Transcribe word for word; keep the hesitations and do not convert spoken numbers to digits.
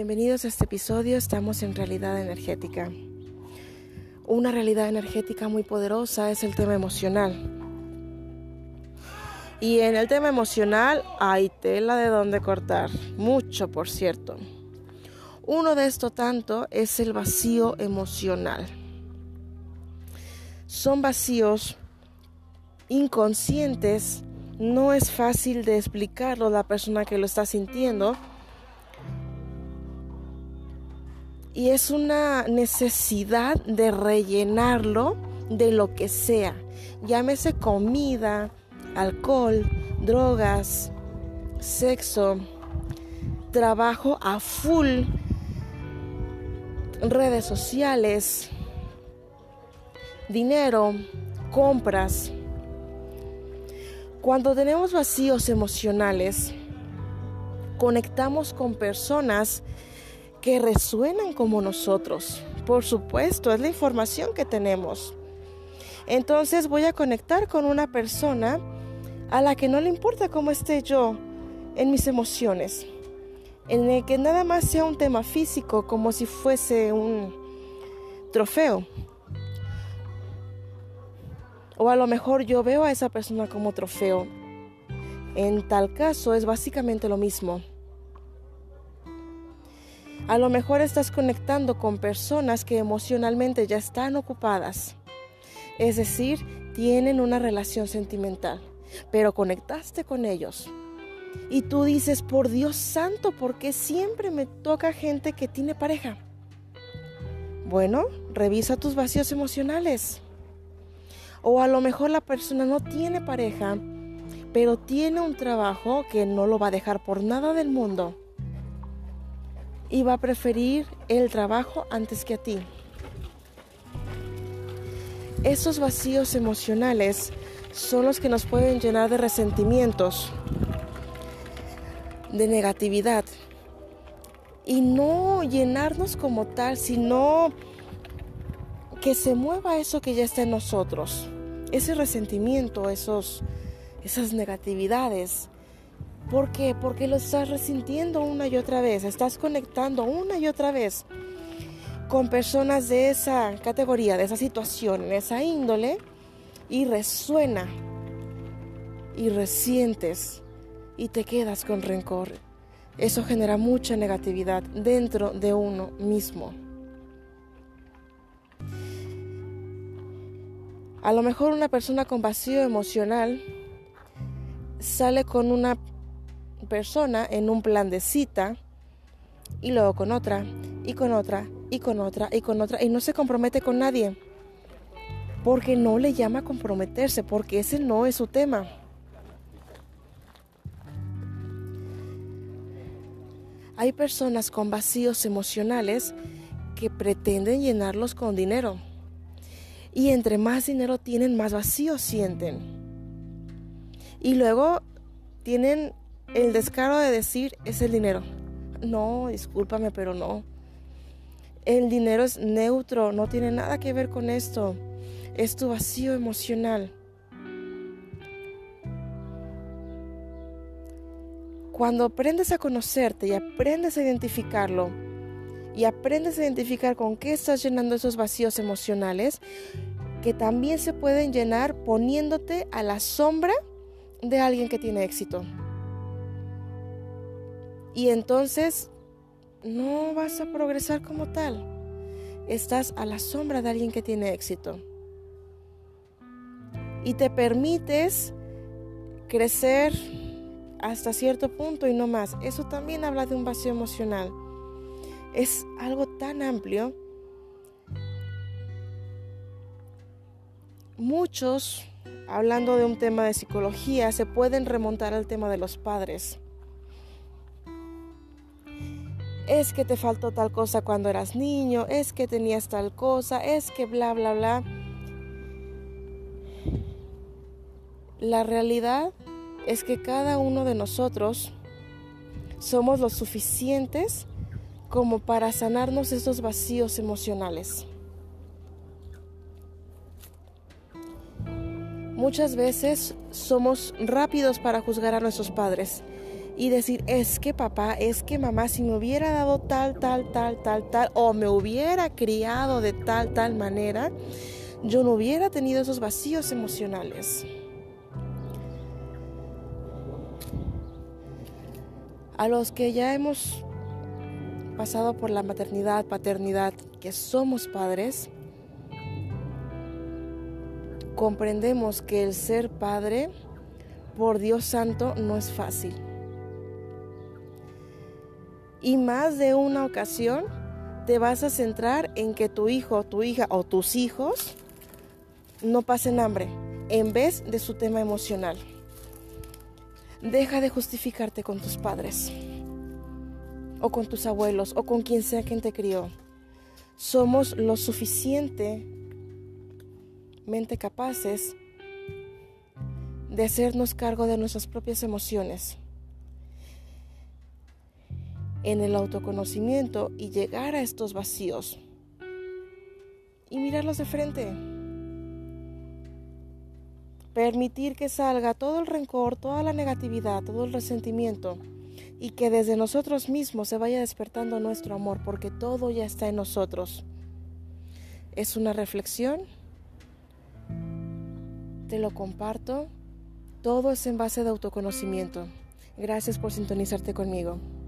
Bienvenidos a este episodio. Estamos en realidad energética. Una realidad energética muy poderosa es el tema emocional. Y en el tema emocional hay tela de donde cortar, mucho por cierto. Uno de estos tanto es el vacío emocional. Son vacíos inconscientes, no es fácil de explicarlo a la persona que lo está sintiendo. Y es una necesidad de rellenarlo de lo que sea. Llámese comida, alcohol, drogas, sexo, trabajo a full, redes sociales, dinero, compras. Cuando tenemos vacíos emocionales, conectamos con personas que resuenan como nosotros. Por supuesto, es la información que tenemos. Entonces voy a conectar con una persona a la que no le importa cómo esté yo en mis emociones, en el que nada más sea un tema físico, como si fuese un trofeo. O a lo mejor yo veo a esa persona como trofeo. En tal caso es básicamente lo mismo. A lo mejor estás conectando con personas que emocionalmente ya están ocupadas. Es decir, tienen una relación sentimental, pero conectaste con ellos. Y tú dices, por Dios santo, ¿por qué siempre me toca gente que tiene pareja? Bueno, revisa tus vacíos emocionales. O a lo mejor la persona no tiene pareja, pero tiene un trabajo que no lo va a dejar por nada del mundo. Y va a preferir el trabajo antes que a ti. Esos vacíos emocionales son los que nos pueden llenar de resentimientos, de negatividad. Y no llenarnos como tal, sino que se mueva eso que ya está en nosotros. Ese resentimiento, esos, esas negatividades. ¿Por qué? Porque lo estás resintiendo una y otra vez, estás conectando una y otra vez con personas de esa categoría, de esa situación, en esa índole, y resuena, y resientes, y te quedas con rencor. Eso genera mucha negatividad dentro de uno mismo. A lo mejor una persona con vacío emocional sale con una persona en un plan de cita y luego con otra y con otra y con otra y con otra y no se compromete con nadie porque no le llama a comprometerse, porque ese no es su tema. Hay personas con vacíos emocionales que pretenden llenarlos con dinero y entre más dinero tienen, más vacíos sienten y luego tienen el descaro de decir, es el dinero. No, discúlpame, pero no. El dinero es neutro, no tiene nada que ver con esto. Es tu vacío emocional. Cuando aprendes a conocerte y aprendes a identificarlo, y aprendes a identificar con qué estás llenando esos vacíos emocionales, que también se pueden llenar poniéndote a la sombra de alguien que tiene éxito. Y entonces no vas a progresar como tal. Estás a la sombra de alguien que tiene éxito. Y te permites crecer hasta cierto punto y no más. Eso también habla de un vacío emocional. Es algo tan amplio. Muchos, hablando de un tema de psicología, se pueden remontar al tema de los padres. Es que te faltó tal cosa cuando eras niño, es que tenías tal cosa, es que bla, bla, bla. La realidad es que cada uno de nosotros somos lo suficientes como para sanarnos esos vacíos emocionales. Muchas veces somos rápidos para juzgar a nuestros padres y decir, es que papá, es que mamá, si me hubiera dado tal, tal, tal, tal, tal, o me hubiera criado de tal, tal manera, yo no hubiera tenido esos vacíos emocionales. A los que ya hemos pasado por la maternidad, paternidad, que somos padres, comprendemos que el ser padre, por Dios santo, no es fácil. Y más de una ocasión te vas a centrar en que tu hijo, tu hija o tus hijos no pasen hambre, en vez de su tema emocional. Deja de justificarte con tus padres, o con tus abuelos, o con quien sea quien te crió. Somos lo suficientemente capaces de hacernos cargo de nuestras propias emociones, en el autoconocimiento, y llegar a estos vacíos y mirarlos de frente. Permitir que salga todo el rencor, toda la negatividad, todo el resentimiento, y que desde nosotros mismos se vaya despertando nuestro amor, porque todo ya está en nosotros. Es una reflexión, te lo comparto, todo es en base de autoconocimiento. Gracias por sintonizarte conmigo.